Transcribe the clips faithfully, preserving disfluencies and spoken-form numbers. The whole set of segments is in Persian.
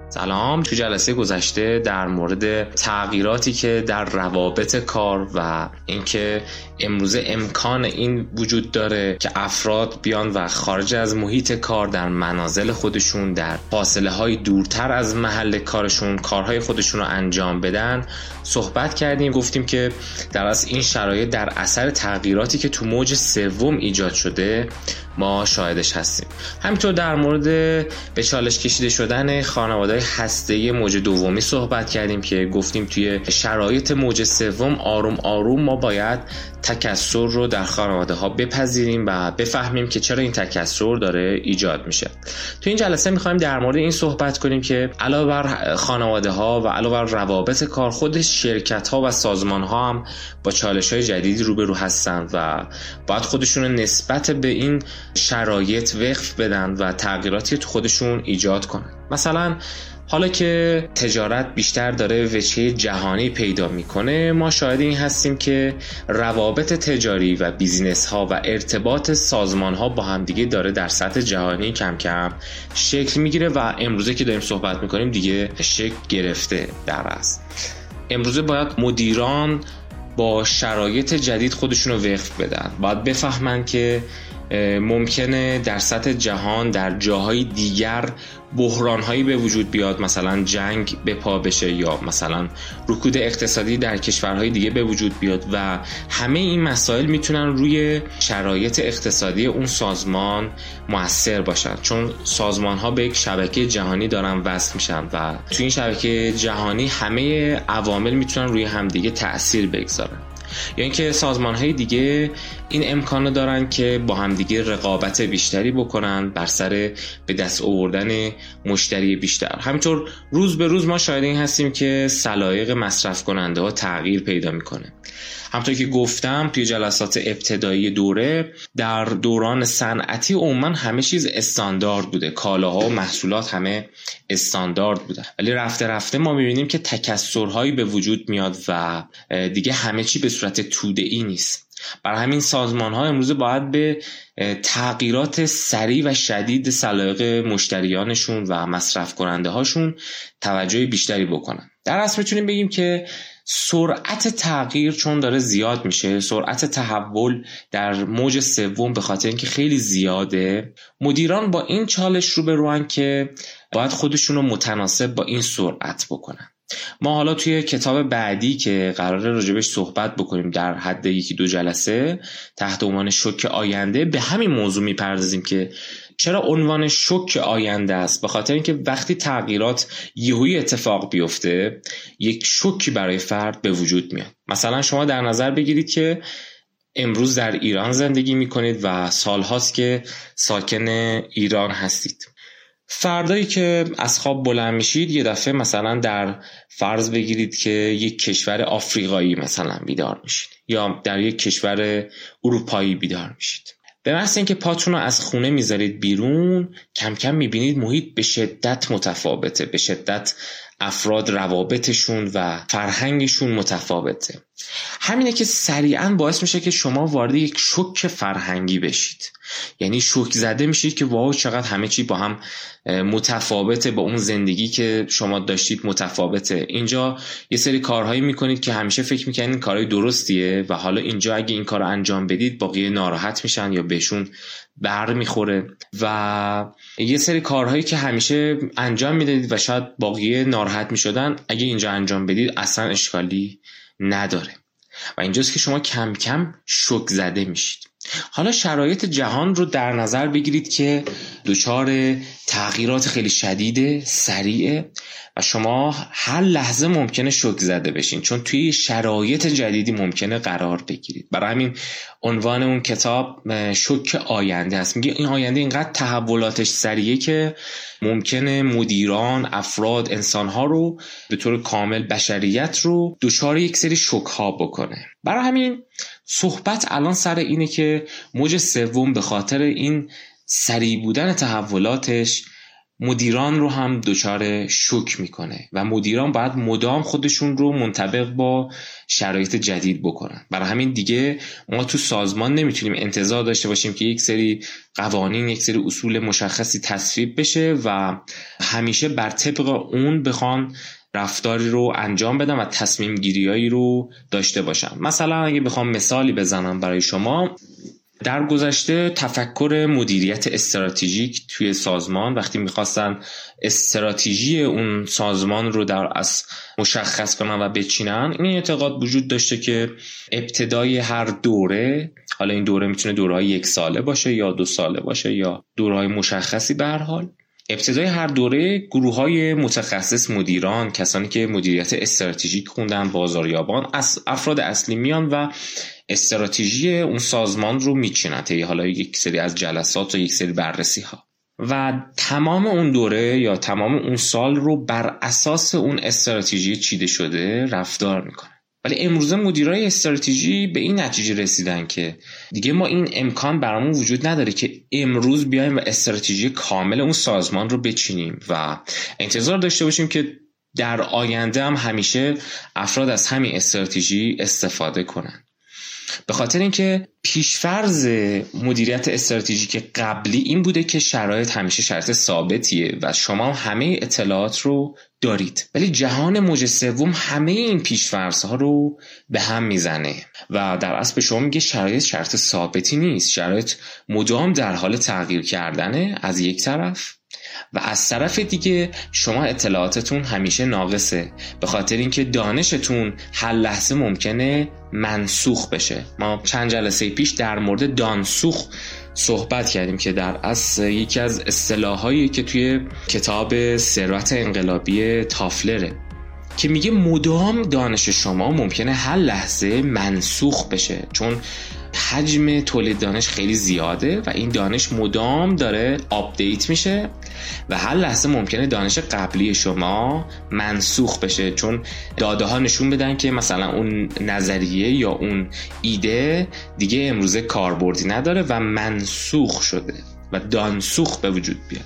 سلام. تو جلسه گذشته در مورد تغییراتی که در روابط کار و اینکه امروزه امکان این وجود داره که افراد بیان و خارج از محیط کار در منازل خودشون در فاصله های دورتر از محل کارشون کارهای خودشون رو انجام بدن صحبت کردیم. گفتیم که در از این شرایط در اثر تغییراتی که تو موج سوم ایجاد شده ما شاهدش هستیم. همینطور در مورد به چالش کشیده شدن خانواده‌های هسته‌ای موج دومی صحبت کردیم که گفتیم توی شرایط موج سوم آروم آروم ما باید تکثر رو در خانواده ها بپذیریم و بفهمیم که چرا این تکثر داره ایجاد میشه. تو این جلسه میخوایم در مورد این صحبت کنیم که علاوه بر خانواده ها و علاوه بر روابط کار، خود شرکت ها و سازمان ها هم با چالش های جدیدی روبرو هستن و باید خودشون رو نسبت به این شرایط وقف بدن و تغییراتی تو خودشون ایجاد کنن. مثلا حالا که تجارت بیشتر داره وجهه جهانی پیدا میکنه، ما شاهد این هستیم که روابط تجاری و بیزینس ها و ارتباط سازمان ها با هم دیگه داره در سطح جهانی کم کم شکل میگیره و امروزه که داریم صحبت میکنیم دیگه شکل گرفته در است. امروزه باید مدیران با شرایط جدید خودشون رو وقف بدن. باید بفهمن که ممکنه در سطح جهان در جاهای دیگر بحران‌هایی به وجود بیاد، مثلا جنگ به پا بشه یا مثلا رکود اقتصادی در کشورهای دیگه به وجود بیاد و همه این مسائل میتونن روی شرایط اقتصادی اون سازمان مؤثر باشن، چون سازمان‌ها به یک شبکه جهانی دارن وصل میشن و تو این شبکه جهانی همه عوامل میتونن روی همدیگه تأثیر بگذارن. یا اینکه سازمان‌های دیگه این امکانو دارن که با همدیگه رقابت بیشتری بکنن بر سر به دست آوردن مشتری بیشتر. همینطور روز به روز ما شاهد این هستیم که سلایق مصرف کننده ها تغییر پیدا میکنه. همونطور که گفتم توی جلسات ابتدایی دوره، در دوران صنعتی عموما همه چیز استاندارد بوده، کالاها و محصولات همه استاندارد بوده، ولی رفته رفته ما میبینیم که تکثرهایی به وجود میاد و دیگه همه چی به صورت توده‌ای نیست. برای همین سازمان ها امروز باید به تغییرات سریع و شدید سلایق مشتریانشون و مصرف کننده هاشون توجه بیشتری بکنن. در اصل میتونیم بگیم که سرعت تغییر چون داره زیاد میشه، سرعت تحول در موج سوم به خاطر اینکه خیلی زیاده، مدیران با این چالش روبروان که باید خودشون رو متناسب با این سرعت بکنن. ما حالا توی کتاب بعدی که قراره راجبش صحبت بکنیم در حد یکی دو جلسه تحت عنوان شوک آینده به همین موضوع میپردازیم که چرا عنوان شوک آینده است. به خاطر اینکه وقتی تغییرات یهویی اتفاق بیفته یک شوکی برای فرد به وجود میاد. مثلا شما در نظر بگیرید که امروز در ایران زندگی میکنید و سالهاست که ساکن ایران هستید. فردایی که از خواب بلند میشید یه دفعه مثلا در فرض بگیرید که یک کشور آفریقایی مثلا بیدار میشید یا در یک کشور اروپایی بیدار میشید. به محض اینکه پاتون رو از خونه میذارید بیرون، کم کم میبینید محیط به شدت متفاوته، به شدت افراد روابطشون و فرهنگشون متفاوته. همینه که سریعا باعث میشه که شما وارد یک شوک فرهنگی بشید، یعنی شوک زده میشید که واو چقدر همه چی با هم متفاوته، با اون زندگی که شما داشتید متفاوته. اینجا یه سری کارهایی میکنید که همیشه فکر میکنید این کارهای درستیه و حالا اینجا اگه این کارو انجام بدید باقی ناراحت میشن یا بهشون بر میخوره و یه سری کارهایی که همیشه انجام میدادید و شاید باقی ناراحت میشدن اگه اینجا انجام بدید اصلا اشکالی نداره و اینجاست که شما کم کم شوک زده میشید. حالا شرایط جهان رو در نظر بگیرید که دچار تغییرات خیلی شدیده، سریعه و شما هر لحظه ممکنه شوک زده بشین، چون توی شرایط جدیدی ممکنه قرار بگیرید. برای همین عنوان اون کتاب شوک آینده است. میگه این آینده اینقدر تحولاتش سریعه که ممکنه مدیران، افراد، انسانها رو به طور کامل بشریت رو دچار یک سری شوک ها بکنه. برای همین صحبت الان سر اینه که موج سوم به خاطر این سریع بودن تحولاتش مدیران رو هم دچار شوک میکنه و مدیران باید مدام خودشون رو منطبق با شرایط جدید بکنن. برای همین دیگه ما تو سازمان نمیتونیم انتظار داشته باشیم که یک سری قوانین، یک سری اصول مشخصی تصویب بشه و همیشه بر طبق اون بخوان رفتاری رو انجام بدن و تصمیم گیریایی رو داشته باشن. مثلا اگه بخوام مثالی بزنم برای شما، در گذشته تفکر مدیریت استراتژیک توی سازمان وقتی میخواستن استراتژی اون سازمان رو در اصل مشخص کنن و بچینن، این اعتقاد وجود داشته که ابتدای هر دوره، حالا این دوره میتونه دوره‌های یک ساله باشه یا دو ساله باشه یا دوره‌های مشخصی، به هر حال ابتدای هر دوره گروه‌های متخصص، مدیران، کسانی که مدیریت استراتژیک خوندن، بازاریابان، از افراد اصلی میان و استراتژی اون سازمان رو میچینن طی حالا یک سری از جلسات و یک سری بررسی ها و تمام اون دوره یا تمام اون سال رو بر اساس اون استراتژی چیده شده رفتار میکنن. ولی امروزه مدیرای استراتژی به این نتیجه رسیدن که دیگه ما این امکان برامون وجود نداره که امروز بیایم و استراتژی کامل اون سازمان رو بچینیم و انتظار داشته باشیم که در آینده هم همیشه افراد از همین استراتژی استفاده کنن. به خاطر اینکه پیشفرض مدیریت استراتژیک قبلی این بوده که شرایط همیشه شرایط ثابتیه و شما همه اطلاعات رو دارید، ولی جهان موج سوم همه این پیشفرض‌ها رو به هم میزنه و در اصل به شما میگه شرایط شرایط ثابتی نیست، شرایط مدام در حال تغییر کردنه از یک طرف و از طرف دیگه شما اطلاعاتتون همیشه ناقصه، به خاطر اینکه دانشتون هر لحظه ممکنه منسوخ بشه. ما چند جلسه پیش در مورد دانسوخ صحبت کردیم که در اصل یکی از اصطلاحایی که توی کتاب ثروت انقلابی تافلره که میگه مدام دانش شما ممکنه هر لحظه منسوخ بشه، چون حجم تولید دانش خیلی زیاده و این دانش مدام داره آپدیت میشه و هر لحظه ممکنه دانش قبلی شما منسوخ بشه، چون داده ها نشون بدن که مثلا اون نظریه یا اون ایده دیگه امروزه کاربردی نداره و منسوخ شده و دانسوخ به وجود بیاد.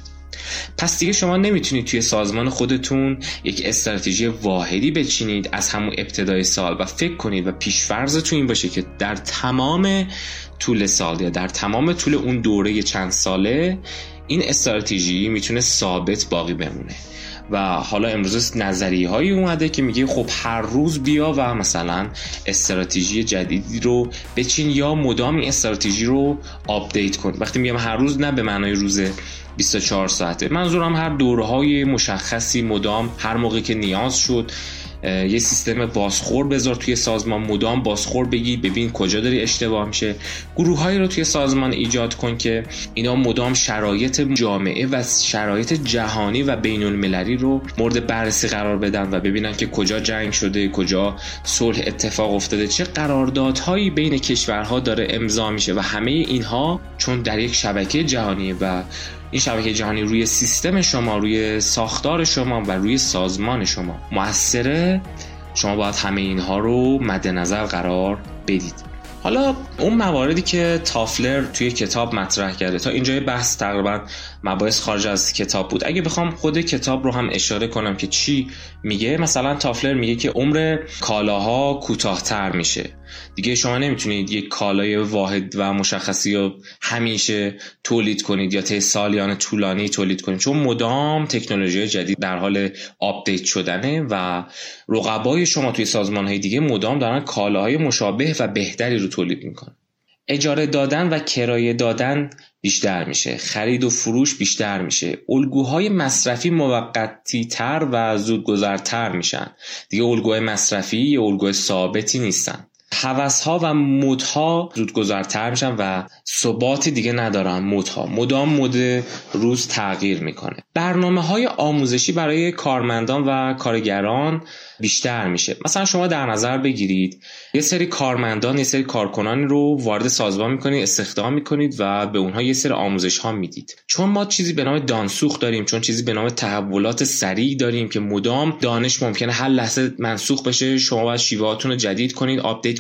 پس دیگه شما نمیتونید توی سازمان خودتون یک استراتژی واحدی بچینید از همون ابتدای سال و فکر کنید و پیش‌فرضتون این باشه که در تمام طول سال یا در تمام طول اون دوره چند ساله این استراتژی میتونه ثابت باقی بمونه. و حالا امروز نظریه هایی اومده که میگه خب هر روز بیا و مثلا استراتژی جدیدی رو بچین یا مدام این استراتژی رو آپدیت کن. وقتی میگم هر روز نه به معنای روز بیست و چهار ساعته، منظورم هر دوره‌های مشخصی مدام هر موقع که نیاز شد یه سیستم بازخورد بذار توی سازمان، مدام بازخورد بگی ببین کجا داری اشتباه میشه. گروه‌هایی رو توی سازمان ایجاد کن که اینا مدام شرایط جامعه و شرایط جهانی و بین‌المللی رو مورد بررسی قرار بدن و ببینن که کجا جنگ شده، کجا صلح اتفاق افتاده، چه قراردادهایی بین کشورها داره امضا میشه و همه اینها چون در یک شبکه جهانی و این شبکه جهانی روی سیستم شما، روی ساختار شما و روی سازمان شما مؤثره، شما باید همه اینها رو مد نظر قرار بدید. حالا اون مواردی که تافلر توی کتاب مطرح کرده، تا اینجای بحث تقریبا مباحث خارج از کتاب بود. اگه بخوام خود کتاب رو هم اشاره کنم که چی میگه، مثلا تافلر میگه که عمر کالاها کوتاه‌تر میشه. دیگه شما نمیتونید یک کالای واحد و مشخصی رو همیشه تولید کنید یا طی سالیان طولانی تولید کنید، چون مدام تکنولوژی جدید در حال آپدیت شدنه و رقبای شما توی سازمان‌های دیگه مدام دارن کالاهای مشابه و بهتری رو تولید میکنن. اجاره دادن و کرایه دادن بیشتر میشه، خرید و فروش بیشتر میشه، الگوهای مصرفی موقتی تر و زودگذرتر میشن. دیگه الگوهای مصرفی یا الگوی ثابتی نیستن. هوس‌ها و مدها زودگذرتر میشن و ثباتی دیگه ندارن. مدها مدام مد روز تغییر میکنه. برنامه‌های آموزشی برای کارمندان و کارگران بیشتر میشه. مثلا شما در نظر بگیرید یه سری کارمندان، یه سری کارکنان رو وارد سازمان میکنید، استخدام میکنید و به اونها یه سری آموزش ها میدید. چون ما چیزی به نام دانسوخ داریم، چون چیزی به نام تحولات سریع داریم که مدام دانش ممکنه هر لحظه منسوخ بشه، شما باید شیوهاتون رو جدید کنید، آپدیت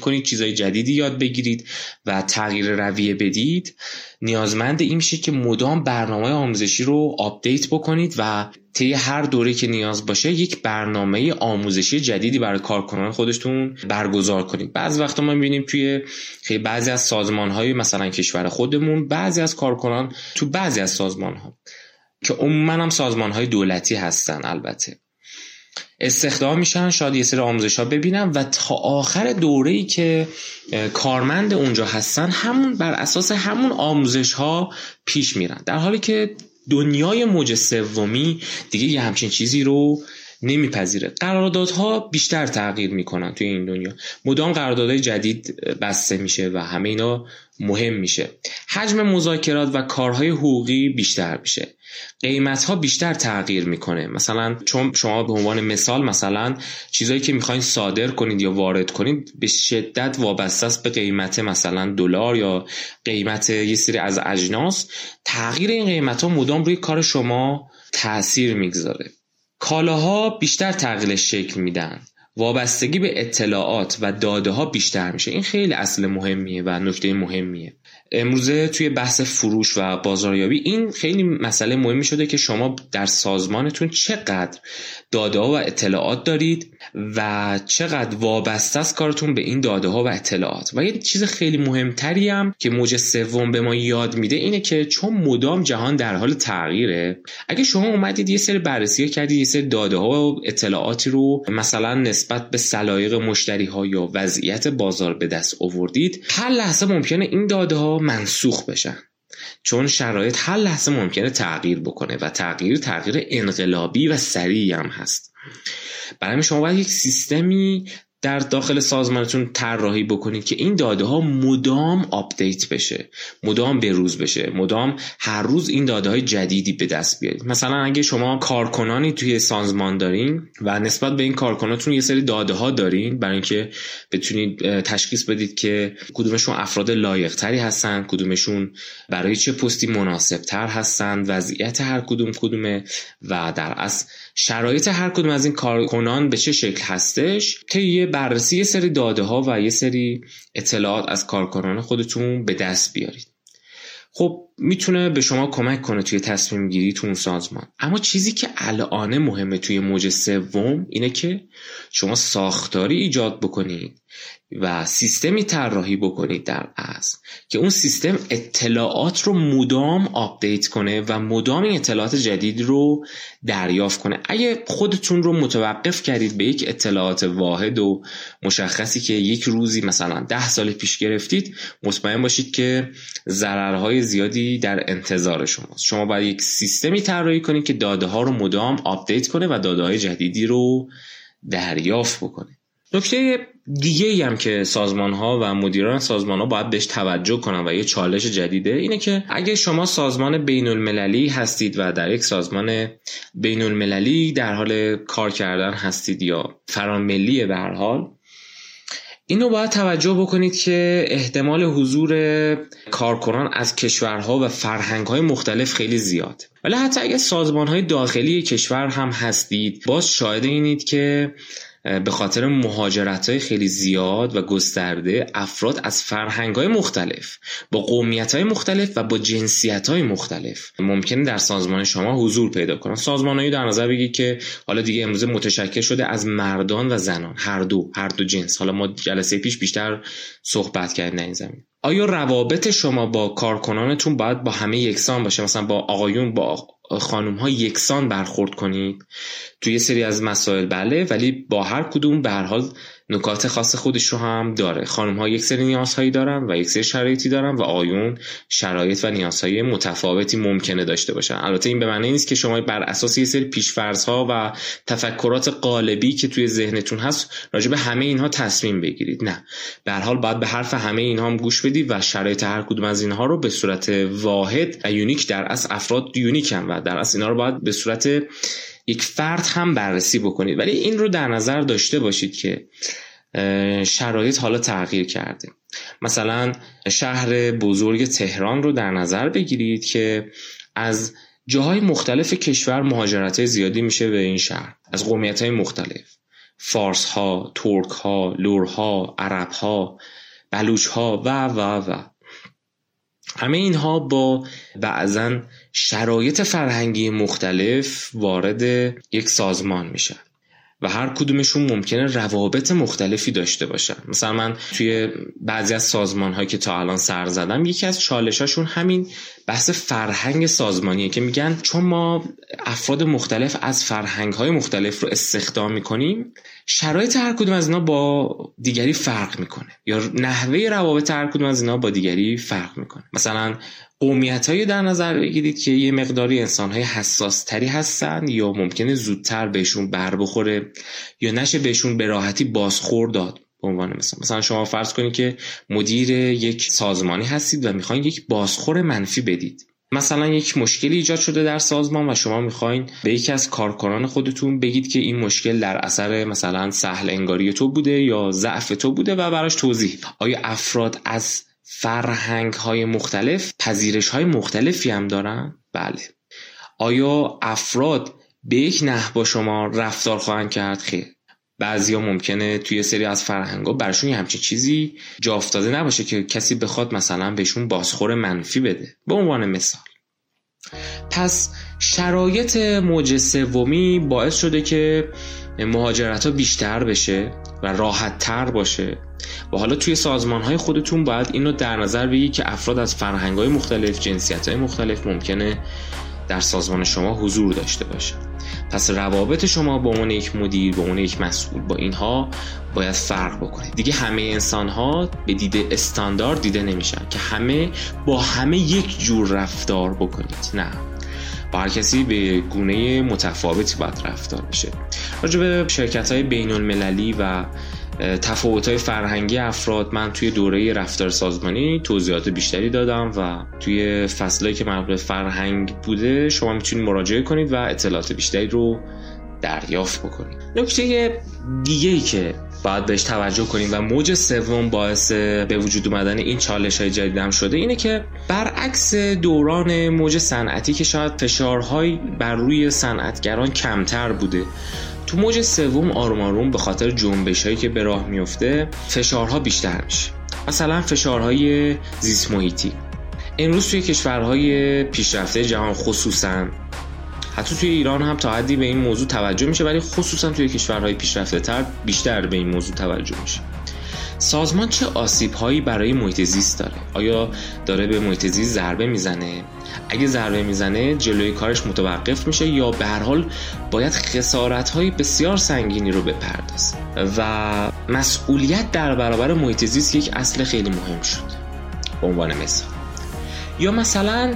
کنید، چیزای جدیدی یاد بگیرید و تغییر رویه بدید، نیازمند این میشه که مدام برنامه آموزشی رو آپدیت بکنید و طی هر دوره که نیاز باشه یک برنامه آموزشی جدیدی برای کارکنان خودتون برگزار کنید. بعضی وقتا ما می‌بینیم توی خیلی بعضی از سازمان‌های مثلا کشور خودمون، بعضی از کارکنان تو بعضی از سازمان‌ها که عموماً هم سازمان‌های دولتی هستن البته استخدام میشن، شاید یه سری آموزش‌ها ببینن و تا آخر دوره‌ای که کارمند اونجا هستن همون بر اساس همون آموزش‌ها پیش میرن، در حالی که دنیای موج سومی دیگه یه همچین چیزی رو نمیپذیره. قراردادها بیشتر تغییر میکنن توی این دنیا، مدام قراردادهای جدید بسته میشه و همه اینا مهم میشه. حجم مذاکرات و کارهای حقوقی بیشتر میشه، قیمتها بیشتر تغییر میکنه. مثلا چون شما به عنوان مثال مثلا چیزایی که میخواین صادر کنید یا وارد کنید به شدت وابسته است به قیمت مثلا دلار یا قیمت یه سری از اجناس. تغییر این قیمتها مدام روی کار شما تأثیر میگذاره. کالاها بیشتر تغییر شکل میدن، وابستگی به اطلاعات و داده ها بیشتر میشه. این خیلی اصل مهمیه و نکته مهمیه. امروزه توی بحث فروش و بازاریابی این خیلی مسئله مهمی شده که شما در سازمانتون چقدر داده ها و اطلاعات دارید و چقدر وابسته است کارتون به این داده ها و اطلاعات. و یه چیز خیلی مهمتری هم که موج سوم به ما یاد میده اینه که چون مدام جهان در حال تغییره، اگه شما اومدید یه سری بررسی کردید، یه سری داده ها و اطلاعاتی رو مثلا نسبت به سلایق مشتری ها یا وضعیت بازار به دست آوردید، هر لحظه ممکنه این داده ها منسوخ بشن، چون شرایط هر لحظه ممکنه تغییر بکنه و تغییر تغییر انقلابی و سریعی هم هست. برای شما باید یک سیستمی در داخل سازمانتون طراحی بکنید که این داده ها مدام آپدیت بشه، مدام بروز بشه، مدام هر روز این داده های جدیدی به دست بیارید. مثلا اگه شما کارکنانی توی سازمان دارین و نسبت به این کارکناتون یه سری داده ها دارین برای اینکه بتونید تشخیص بدید که کدومشون افراد لایق تری هستن، کدومشون برای چه پستی مناسب تر هستن، وضعیت هر کدوم کدومه و در اصل شرایط هر کدوم از این کارکنان به چه شکل هستش، که یه بررسی یه سری داده ها و یه سری اطلاعات از کارکنان خودتون به دست بیارید. خب میتونه به شما کمک کنه توی تصمیم گیری تو اون سازمان. اما چیزی که الان مهمه توی موج سوم اینه که شما ساختاری ایجاد بکنید و سیستمی طراحی بکنید در اصل که اون سیستم اطلاعات رو مدام آپدیت کنه و مدام این اطلاعات جدید رو دریافت کنه. اگه خودتون رو متوقف کردید به یک اطلاعات واحد و مشخصی که یک روزی مثلا ده سال پیش گرفتید، مطمئن باشید که ضررهای زیادی در انتظار شماست. شما باید یک سیستمی طراحی کنید که داده ها رو مدام آپدیت کنه و داده های جدیدی رو دریافت بکنه. نکته دیگه ای هم که سازمان ها و مدیران سازمان ها باید بهش توجه کنن و یه چالش جدیده اینه که اگه شما سازمان بین المللی هستید و در یک سازمان بین المللی در حال کار کردن هستید یا فراملیه به هر حال، اینو باید توجه بکنید که احتمال حضور کارکنان از کشورها و فرهنگ‌های مختلف خیلی زیاد. ولی حتی اگه سازمان‌های داخلی کشور هم هستید، باز شاهد اینید که به خاطر مهاجرت‌های خیلی زیاد و گسترده افراد از فرهنگ‌های مختلف با قومیت‌های مختلف و با جنسیت‌های مختلف ممکنه در سازمان شما حضور پیدا کنن. سازمان‌هایی در نظر بگیرید که حالا دیگه امروز متشکل شده از مردان و زنان، هر دو هر دو جنس. حالا ما جلسه پیش بیشتر صحبت کردیم در این زمینه. آیا روابط شما با کارکنانتون باید با همه یکسان باشه؟ مثلا با آقایون با خانوم ها یکسان برخورد کنید توی یه سری از مسائل؟ بله، ولی با هر کدوم به هر حال نکات خاص خودش رو هم داره. خانوم ها یک سری نیازهایی دارن و یک سری شرایطی دارن و آقایون شرایط و نیازهای متفاوتی ممکنه داشته باشن. البته این به معنی نیست که شما بر اساس یه سری پیش‌فرض‌ها و تفکرات قالبی که توی ذهنتون هست راجع به همه اینها تصمیم بگیرید. نه، به هر حال باید به حرف همه اینها هم گوش بدید و شرایط هر کدوم از اینها رو به صورت واحد و یونیک، در اصل افراد یونیکن و در اصل اینا رو باید به صورت یک فرد هم بررسی بکنید. ولی این رو در نظر داشته باشید که شرایط حالا تغییر کرده. مثلا شهر بزرگ تهران رو در نظر بگیرید که از جاهای مختلف کشور مهاجرت‌های زیادی میشه به این شهر، از قومیت‌های مختلف. فارس ها، ترک ها، لور ها، عرب ها، بلوچ ها و و و همه اینها با بعضاً شرایط فرهنگی مختلف وارد یک سازمان میشن و هر کدومشون ممکنه روابط مختلفی داشته باشن. مثلا من توی بعضی از سازمان‌هایی که تا الان سر زدم، یکی از چالشاشون همین بحث فرهنگ سازمانیه که میگن چون ما افراد مختلف از فرهنگ‌های مختلف رو استخدام می‌کنیم، شرایط هر کدوم از اینا با دیگری فرق می‌کنه یا نحوه روابط هر کدوم از اینا با دیگری فرق می‌کنه. مثلا قومیت‌هایی در نظر بگیرید که یه مقداری انسان‌های حساس‌تری هستن یا ممکنه زودتر بهشون بر بخوره یا نشه بهشون به راحتی بازخورد داد. به عنوان مثلا مثلا شما فرض کنید که مدیر یک سازمانی هستید و می‌خواید یک بازخور منفی بدید. مثلا یک مشکلی ایجاد شده در سازمان و شما می‌خواید به یکی از کارکنان خودتون بگید که این مشکل در اثر مثلا سهل انگاری تو بوده یا ضعف تو بوده و براش توضیح. آیا افراد از فرهنگ‌های مختلف پذیرش‌های مختلفی هم دارن؟ بله. آیا افراد به یک نحو با شما رفتار خواهند کرد؟ خیر. بعضیا ممکنه توی سری از فرهنگ‌ها براشون یه همچین چیزی جا افتاده نباشه که کسی بخواد مثلا بهشون بازخور منفی بده. به عنوان مثال. پس شرایط موج سومی باعث شده که مهاجرت‌ها بیشتر بشه و راحت‌تر باشه و حالا توی سازمان‌های خودتون باید اینو در نظر بگیرید که افراد از فرهنگ‌های مختلف، جنسیت‌های مختلف ممکنه در سازمان شما حضور داشته باشه. پس روابط شما با اون یک مدیر، با اون یک مسئول، با اینها باید فرق بکنید. دیگه همه انسان‌ها به دید استاندارد دیده نمیشن که همه با همه یک جور رفتار بکنید. نه. با هر کسی به گونه متفاوتی باید رفتار بشه. راجع به شرکت‌های بین‌المللی و تفاوت‌های فرهنگی افراد من توی دوره رفتار سازمانی توضیحات بیشتری دادم و توی فصلایی که مربوط به فرهنگ بوده شما میتونید مراجعه کنید و اطلاعات بیشتری رو دریافت بکنید. نکته دیگه‌ای که باید بهش توجه کنیم و موج سوم باعث به وجود اومدن این چالش‌های جدید هم شده اینه که برعکس دوران موج صنعتی که شاید فشارهای بر روی صنعتگران کمتر بوده، تو موج سوم آروم آروم به خاطر جنبش‌هایی که به راه میفته فشارها بیشتر میشه. مثلا فشارهای زیست محیطی. امروز توی کشورهای پیشرفته جهان خصوصاً، حتی توی ایران هم تا حدی به این موضوع توجه میشه، ولی خصوصا توی کشورهای پیشرفته تر بیشتر به این موضوع توجه میشه. سازمان چه آسیب‌هایی برای محیط زیست داره؟ آیا داره به محیط زیست ضربه میزنه؟ اگه ضربه میزنه جلوی کارش متوقف میشه یا به هر حال باید خسارت‌های بسیار سنگینی رو بپردازه؟ و مسئولیت در برابر محیط زیست یک اصل خیلی مهم شد. به عنوان مثال یا مثلا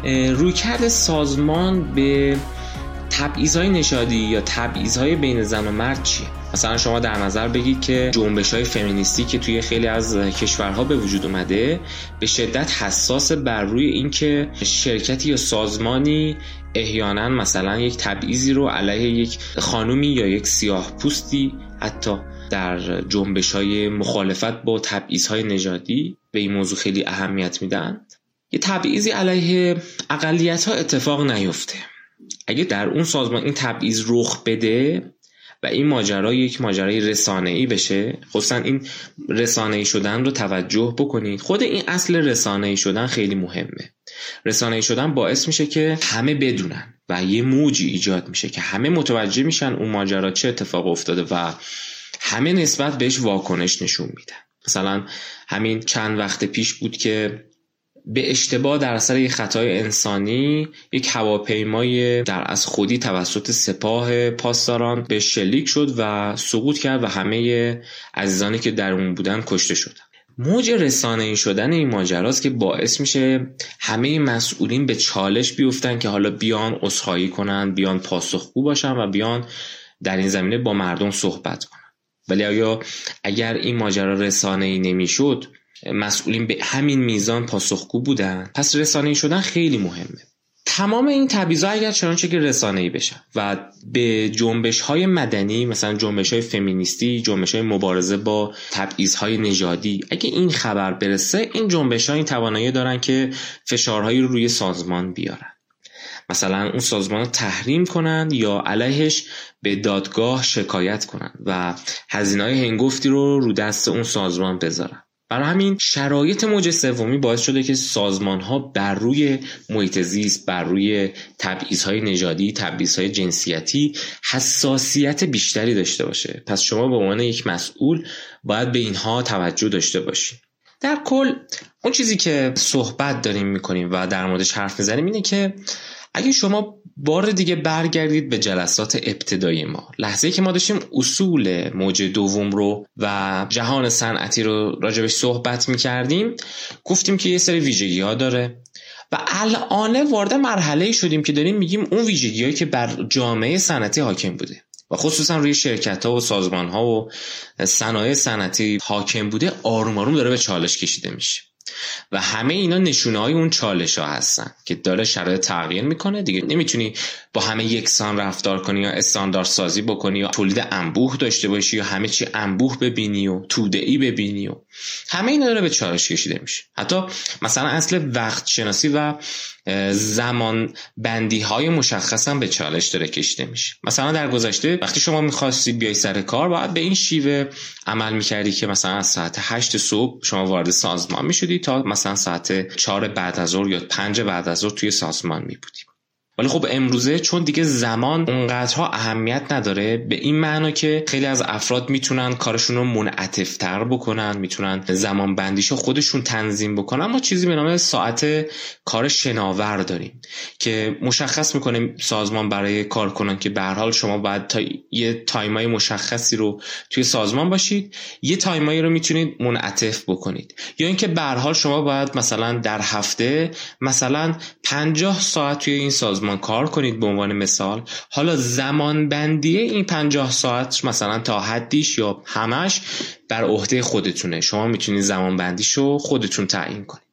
رویکرد سازمان به تبعیض‌های نژادی یا تبعیض‌های بین زن و مرد چیه؟ مثلا شما در نظر بگید که جنبش‌های فمینیستی که توی خیلی از کشورها به وجود اومده به شدت حساس بر روی اینکه شرکتی یا سازمانی احیانا مثلا یک تبعیضی رو علیه یک خانومی یا یک سیاه پوستی حتی در جنبش‌های مخالفت با تبعیض‌های نژادی به این موضوع خیلی اهمیت میدن، یه تبعیضی علیه اقلیت‌ها اتفاق نیفته. اگه در اون سازمان این تبعیض رخ بده و این ماجرا یک ماجرای رسانه‌ای بشه، خصوصا این رسانه‌ای شدن رو توجه بکنید. خود این اصل رسانه‌ای شدن خیلی مهمه. رسانه‌ای شدن باعث میشه که همه بدونن و یه موجی ایجاد میشه که همه متوجه میشن اون ماجرا چه اتفاق افتاده و همه نسبت بهش واکنش نشون میدن. مثلا همین چند وقت پیش بود که به اشتباه در اثر یک خطای انسانی یک هواپیمای در از خودی توسط سپاه پاسداران به شلیک شد و سقوط کرد و همه عزیزانی که در اون بودن کشته شدند. موج رسانه‌ای شدن این ماجراست که باعث میشه همه مسئولین به چالش بیفتن که حالا بیان عذرخواهی کنن، بیان پاسخگو باشن و بیان در این زمینه با مردم صحبت کنن. ولی آیا اگر این ماجرا رسانه‌ای نمیشد مسئولین به همین میزان پاسخگو بودن؟ پس رسانه‌ای شدن خیلی مهمه. تمام این تبعیض‌ها اگر چنانچه که رسانه‌ای بشن و به جنبش‌های مدنی مثلا جنبش‌های فمینیستی، جنبش‌های مبارزه با تبعیض‌های نژادی، اگه این خبر برسه، این جنبش‌ها این توانایی دارن که فشارهایی رو روی سازمان بیارن. مثلا اون سازمان رو تحریم کنن یا علیهش به دادگاه شکایت کنن و هزینه‌های هنگفتی رو رو دست اون سازمان بذارن. برای همین شرایط موج سومی باعث شده که سازمان‌ها بر روی محیط زیست، بر روی تبعیض‌های نژادی، تبعیض‌های جنسیتی حساسیت بیشتری داشته باشه. پس شما به عنوان یک مسئول باید به اینها توجه داشته باشید. در کل اون چیزی که صحبت داریم می‌کنیم و در موردش حرف می‌زنیم اینه که اگه شما بار دیگه برگردید به جلسات ابتدایی ما، لحظه‌ای که ما داشتیم اصول موج دوم رو و جهان صنعتی رو راجبش صحبت می‌کردیم، گفتیم که یه سری ویژگی‌ها داره و الان وارد مرحله‌ای شدیم که داریم میگیم اون ویژگی‌هایی که بر جامعه صنعتی حاکم بوده و خصوصا روی شرکت‌ها و سازمان‌ها و صنایع صنعتی حاکم بوده، آروم آروم داره به چالش کشیده میشه و همه اینا نشونه‌های اون چالش‌ها هستن که داره شرایط تغییر میکنه. دیگه نمیتونی با همه یکسان رفتار کنی یا استاندارد سازی بکنی یا تولید انبوه داشته باشی یا همه چی انبوه ببینی و توده‌ای ببینی و همه اینا داره به چالش کشیده میشه. حتی مثلا اصل وقت شناسی و زمان بندی های مشخص هم به چالش داره کشیده میشه. مثلا در گذشته وقتی شما میخواستی بیای سر کار باید به این شیوه عمل میکردی که مثلا از ساعت هشت صبح شما وارد سازمان میشدی تا مثلا ساعت چهار بعد از ظهر یا پنج بعد از ظهر توی سازمان میبودی. ولی خب امروزه چون دیگه زمان اونقدرها اهمیت نداره، به این معنا که خیلی از افراد میتونن کارشون رو منعطف‌تر بکنن، میتونن زمان بندیشو خودشون تنظیم بکنن. ما چیزی به نام ساعت کار شناور داریم که مشخص میکنه سازمان برای کارکنان که به هر حال شما باید تا یه تایمای مشخصی رو توی سازمان باشید، یه تایمایی رو میتونید منعطف بکنید، یا اینکه به هر حال شما باید مثلا در هفته مثلا پنجاه ساعت توی این سازمان کار کنید به عنوان مثال. حالا زمان بندی این پنجاه ساعت مثلا تا حدیش یا همش بر عهده خودتونه، شما میتونید زمان بندیشو خودتون تعیین کنید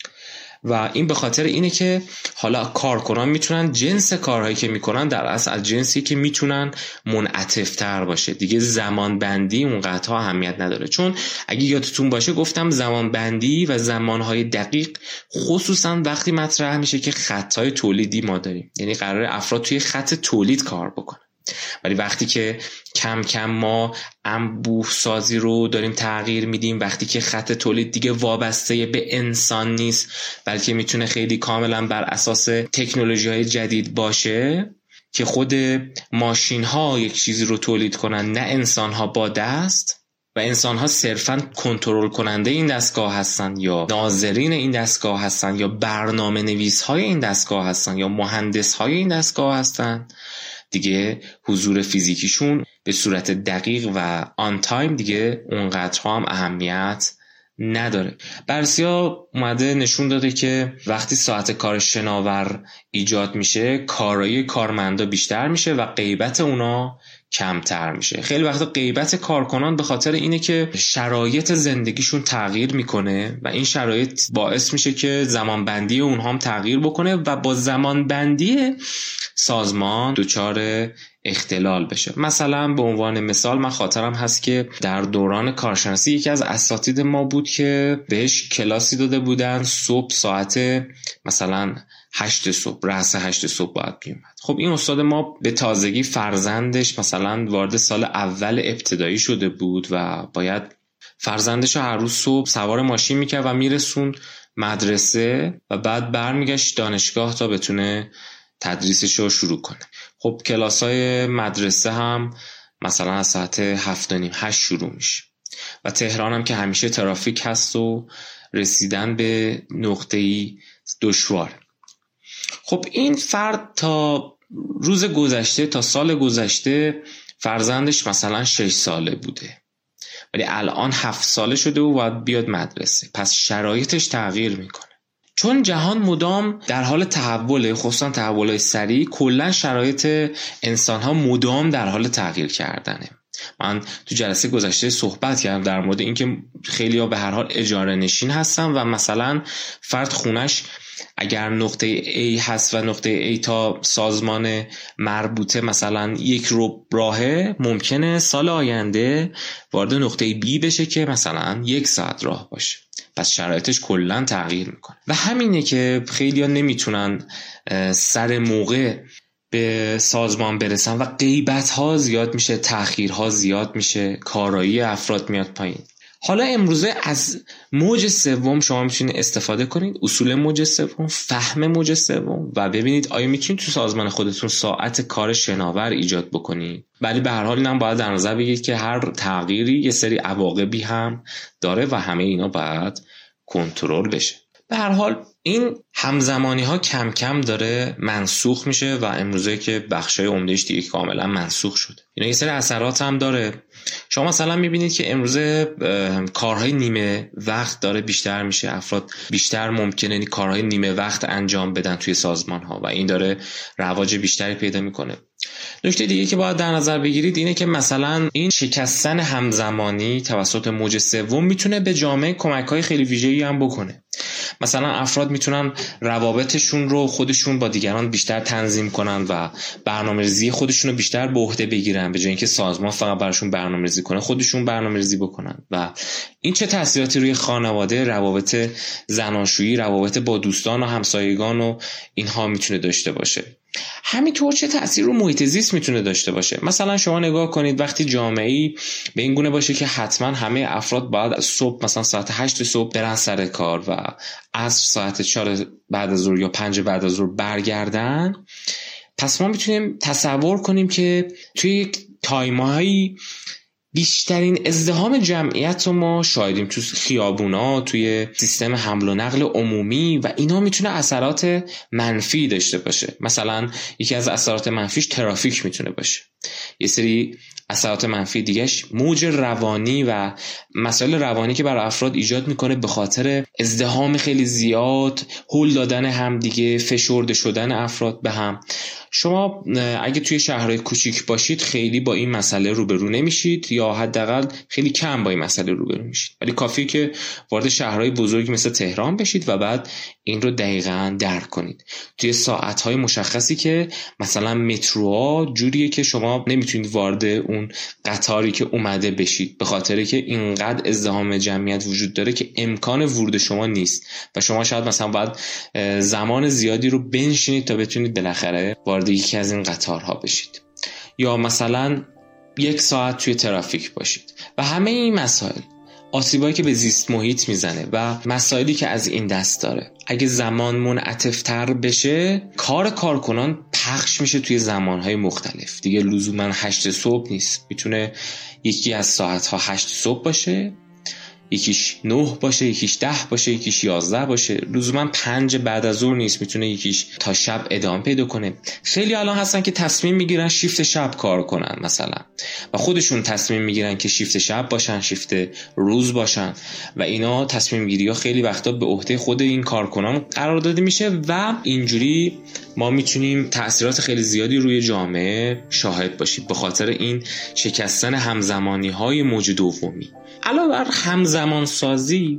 و این به خاطر اینه که حالا کارکنان میتونن جنس کارهایی که میکنن در اصل از جنسی که میتونن منعطف‌تر باشه. دیگه زمان بندی اونقدر اهمیت نداره، چون اگه یادتون باشه گفتم زمان بندی و زمانهای دقیق خصوصا وقتی مطرح میشه که خطای تولیدی ما داریم، یعنی قرار افراد توی خط تولید کار بکنن. ولی وقتی که کم کم ما انبوه سازی رو داریم تغییر میدیم، وقتی که خط تولید دیگه وابسته به انسان نیست بلکه میتونه خیلی کاملا بر اساس تکنولوژی های جدید باشه که خود ماشین ها یک چیزی رو تولید کنن نه انسان ها با دست، و انسان ها صرفاً کنترل کننده این دستگاه هستن یا ناظرین این دستگاه هستن یا برنامه نویس های این دستگاه هستن یا مهندس های این دستگاه هستن، دیگه حضور فیزیکیشون به صورت دقیق و آن تایم دیگه اونقدر هم اهمیت نداره. بررسی‌ها اومده نشون داده که وقتی ساعت کار شناور ایجاد میشه کارایی کارمندا بیشتر میشه و غیبت اونا کمتر میشه. خیلی وقتا غیبت کارکنان به خاطر اینه که شرایط زندگیشون تغییر میکنه و این شرایط باعث میشه که زمانبندی اونها هم تغییر بکنه و با زمانبندی سازمان دچار اختلال بشه. مثلا به عنوان مثال من خاطرم هست که در دوران کارشناسی یکی از اساتید ما بود که بهش کلاسی داده بودن صبح ساعت مثلا هشت صبح، رأس هشت صبح باید بیومد. خب این استاد ما به تازگی فرزندش مثلا وارد سال اول ابتدایی شده بود و باید فرزندش رو هر روز صبح سوار ماشین میکرد و میرسون مدرسه و بعد برمیگشت دانشگاه تا بتونه تدریسش رو شروع کنه. خب کلاسای مدرسه هم مثلا از ساعت هفت و نیم هشت شروع میشه و تهران هم که همیشه ترافیک هست و رسیدن به نقطه‌ای دشوار. خب این فرد تا روز گذشته، تا سال گذشته فرزندش مثلا شش ساله بوده ولی الان هفت ساله شده و باید بیاد مدرسه. پس شرایطش تغییر میکنه چون جهان مدام در حال تحوله، خصوصا تحولای سریع. کلا شرایط انسان‌ها مدام در حال تغییر کردنه. من تو جلسه گذشته صحبت کردم در مورد اینکه خیلی‌ها به هر حال اجاره نشین هستن و مثلا فرد خونش اگر نقطه A هست و نقطه A تا سازمان مربوطه مثلا یک رو راهه، ممکنه سال آینده وارد نقطه B بشه که مثلا یک ساعت راه باشه. پس شرایطش کلا تغییر میکنه. و همینه که خیلی‌ها نمیتونن سر موقع به سازمان برسن و غیبت‌ها زیاد میشه، تأخیرها زیاد میشه، کارایی افراد میاد پایین. حالا امروزه از موج سوم شما میتونید استفاده کنید، اصول موج سوم، فهم موج سوم، و ببینید آیا میتونید تو سازمان خودتون ساعت کار شناور ایجاد بکنید. ولی به هر حال اینم باید در نظر بگیرید که هر تغییری یه سری عواقبی هم داره و همه اینا باید کنترل بشه. به هر حال این همزمانی ها کم کم داره منسوخ میشه و امروزه که بخشای عمدهش دیگه کاملا منسوخ شده. اینا یه سری اثرات هم داره. شما مثلا میبینید که امروزه کارهای نیمه وقت داره بیشتر میشه، افراد بیشتر ممکنه کارهای نیمه وقت انجام بدن توی سازمان ها و این داره رواج بیشتری پیدا میکنه. نکته دیگه که باید در نظر بگیرید اینه که مثلا این شکستن همزمانی توسط موج سوم میتونه به جامعه کمک‌های خیلی ویژه‌ای هم بکنه. مثلا افراد میتونن روابطشون رو خودشون با دیگران بیشتر تنظیم کنن و برنامه‌ریزی خودشون رو بیشتر به عهده بگیرن، به جای اینکه سازمان فقط براشون برنامه‌ریزی کنه خودشون برنامه‌ریزی بکنن. و این چه تأثیراتی روی خانواده، روابط زناشویی، روابط با دوستان و همسایگان و اینها میتونه داشته باشه. همینطور چه تأثیر رو محیط زیست میتونه داشته باشه. مثلا شما نگاه کنید وقتی جامعه‌ای به این گونه باشه که حتما همه افراد باید صبح مثلا ساعت هشت صبح برن سر کار و عصر ساعت چهار بعد از ظهر یا پنج بعد از ظهر برگردن، پس ما میتونیم تصور کنیم که توی یک تایم‌هایی بیشترین ازدحام جمعیت رو ما شاهدیم تو خیابونا، توی سیستم حمل و نقل عمومی و اینا میتونه اثرات منفی داشته باشه. مثلا یکی از اثرات منفیش ترافیک میتونه باشه. یه سری اثرات منفی دیگهش موج روانی و مسائل روانی که برای افراد ایجاد میکنه به خاطر ازدحام خیلی زیاد، هول دادن همدیگه، فشرده شدن افراد به هم. شما اگه توی شهرهای کوچیک باشید خیلی با این مسئله روبرو نمیشید یا حداقل خیلی کم با این مسئله روبرو میشید، ولی کافیه که وارد شهرهای بزرگی مثل تهران بشید و بعد این رو دقیقاً درک کنید. توی ساعتهای مشخصی که مثلا متروها جوریه که شما نمیتونید وارد اون قطاری که اومده بشید به خاطر که اینقدر ازدحام جمعیت وجود داره که امکان ورود شما نیست و شما شاید مثلا باید زمان زیادی رو بنشینید تا بتونید بالاخره وارد یکی از این قطارها بشید، یا مثلا یک ساعت توی ترافیک باشید. و همه این مسائل آسیبایی که به زیست محیط میزنه و مسائلی که از این دست داره، اگه زمان منعطف‌تر بشه کار کارکنان پخش میشه توی زمانهای مختلف. دیگه لزوما هشت صبح نیست، میتونه یکی از ساعتها هشت صبح باشه، یکیش نه باشه، یکیش ده باشه، یکیش یازده باشه، لزوما پنج بعد از ظهر نیست، میتونه یکیش تا شب ادامه پیدا کنه. خیلی الان هستن که تصمیم میگیرن شیفت شب کار کنن مثلا و خودشون تصمیم میگیرن که شیفت شب باشن، شیفت روز باشن و اینا تصمیم گیری ها خیلی وقتا به عهده خود این کارکنان قرار داده میشه و اینجوری ما میتونیم تأثیرات خیلی زیادی روی جامعه شاهد باشیم به خاطر این شکستن همزمانی های موج دومی. علاوه بر همزمان سازی،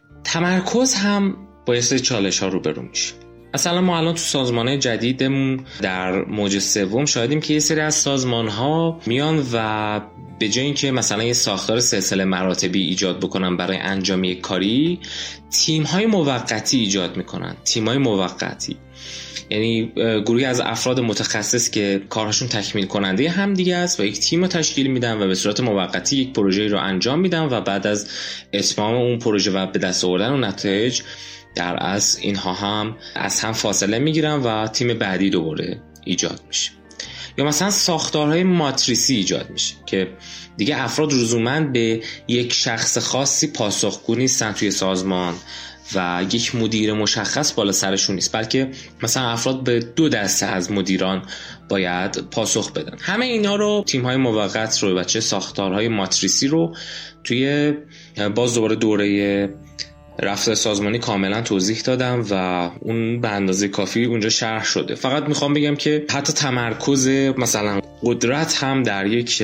تمرکز هم با یه سری چالش ها روبرو میشه. مثلا ما الان تو سازمان‌های جدیدمون در موج سوم شاهدیم که یه سری از سازمان‌ها میان و به جای اینکه مثلا یه ساختار سلسله مراتبی ایجاد بکنن برای انجام یک کاری، تیم‌های موقتی ایجاد میکنن. تیم‌های موقتی یعنی گروهی از افراد متخصص که کارشون تکمیل کننده هم دیگه است و یک تیم رو تشکیل میدن و به صورت موقتی یک پروژه رو انجام میدن و بعد از اتمام اون پروژه و به دست آوردن اون نتایج در اصل اینها هم از هم فاصله میگیرن و تیم بعدی دوباره ایجاد میشه. یا مثلا ساختارهای ماتریسی ایجاد میشه که دیگه افراد لزوما به یک شخص خاصی پاسخگو نیستن توی سازمان و یک مدیر مشخص بالا سرشون نیست، بلکه مثلا افراد به دو دسته از مدیران باید پاسخ بدن. همه اینا رو تیم‌های موقت رو و چه ساختارهای ماتریسی رو توی باز دوباره دوره رفتار سازمانی کاملا توضیح دادم و اون به اندازه کافی اونجا شرح شده. فقط میخوام بگم که حتی تمرکز مثلا قدرت هم در یک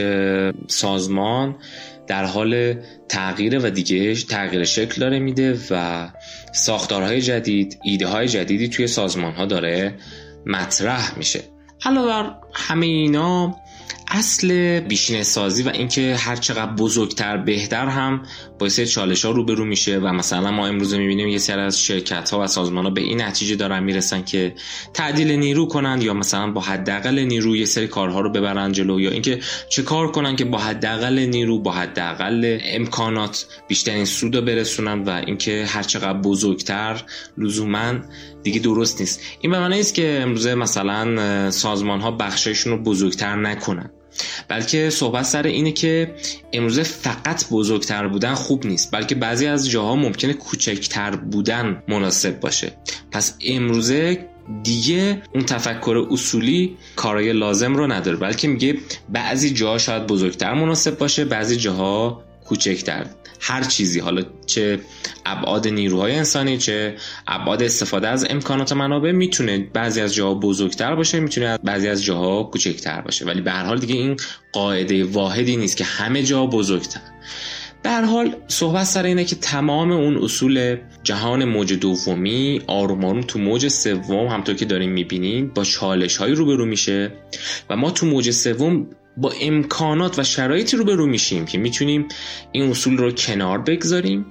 سازمان در حال تغییر و دیگه تغییر شکل داره میده و ساختارهای جدید، ایده های جدیدی توی سازمان ها داره مطرح میشه. علاوه بر همه اینا اصل بیشینه سازی و اینکه هر چقدر بزرگتر بهتر هم باعث چالش‌ها روبرو میشه و مثلا ما امروز می‌بینیم یه سری از شرکت‌ها و سازمان‌ها به این نتیجه دارن میرسن که تعدیل نیرو کنن یا مثلا با حداقل نیرو یه سری کارها رو ببرن جلو، یا اینکه چه کار کنن که با حداقل نیرو با حداقل امکانات بیشترین سود رو برسونن و اینکه هر چقدر بزرگتر لزوماً دیگه درست نیست. این به معنی نیست که امروز مثلا سازمان‌ها بخشایشون رو بزرگتر نکنن، بلکه صحبت سر اینه که امروزه فقط بزرگتر بودن خوب نیست، بلکه بعضی از جاها ممکنه کوچکتر بودن مناسب باشه. پس امروزه دیگه اون تفکر اصولی کارای لازم رو نداره، بلکه میگه بعضی جاها شاید بزرگتر مناسب باشه، بعضی جاها کوچکتر. هر چیزی، حالا چه ابعاد نیروهای انسانی چه ابعاد استفاده از امکانات منابع، میتونه بعضی از جاها بزرگتر باشه، میتونه بعضی از جاها کوچکتر باشه، ولی به هر حال دیگه این قاعده واحدی نیست که همه جا بزرگتر. به هر حال صحبت سر اینه که تمام اون اصول جهان موج دومی آروم آروم تو موج سوم همونطور که داریم میبینیم با چالش‌هایی روبرو میشه و ما تو موج سوم با امکانات و شرایطی روبرو میشیم که میتونیم این اصول رو کنار بگذاریم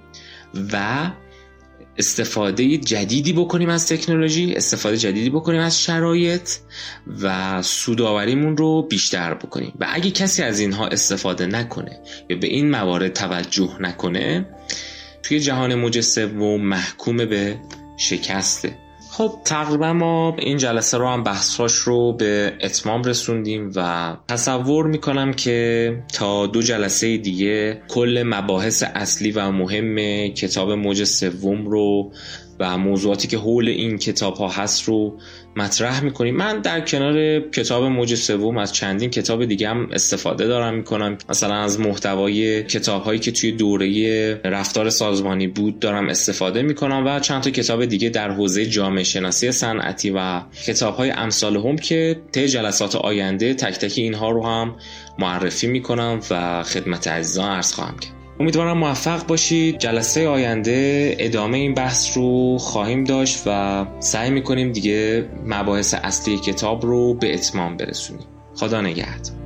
و استفاده جدیدی بکنیم از تکنولوژی، استفاده جدیدی بکنیم از شرایط و سودآوریمون رو بیشتر بکنیم. و اگه کسی از اینها استفاده نکنه یا به این موارد توجه نکنه، توی جهان موج سوم محکوم به شکسته. خب تقریبا ما این جلسه رو هم بحثاش رو به اتمام رسوندیم و تصور میکنم که تا دو جلسه دیگه کل مباحث اصلی و مهم کتاب موج سوم رو و موضوعاتی که حول این کتاب ها هست رو مطرح میکنیم. من در کنار کتاب موج سوم از چندین کتاب دیگه هم استفاده دارم میکنم، مثلا از محتوای کتاب هایی که توی دوره رفتار سازمانی بود دارم استفاده میکنم و چند تا کتاب دیگه در حوزه جامعه شناسی صنعتی و کتاب های امثال هم که طی جلسات آینده تک تک اینها رو هم معرفی میکنم و خدمت عزیزان عرض خواهم کرد. امیدوارم موفق باشید. جلسه آینده ادامه این بحث رو خواهیم داشت و سعی میکنیم دیگه مباحث اصلی کتاب رو به اتمام برسونیم. خدا نگهدار.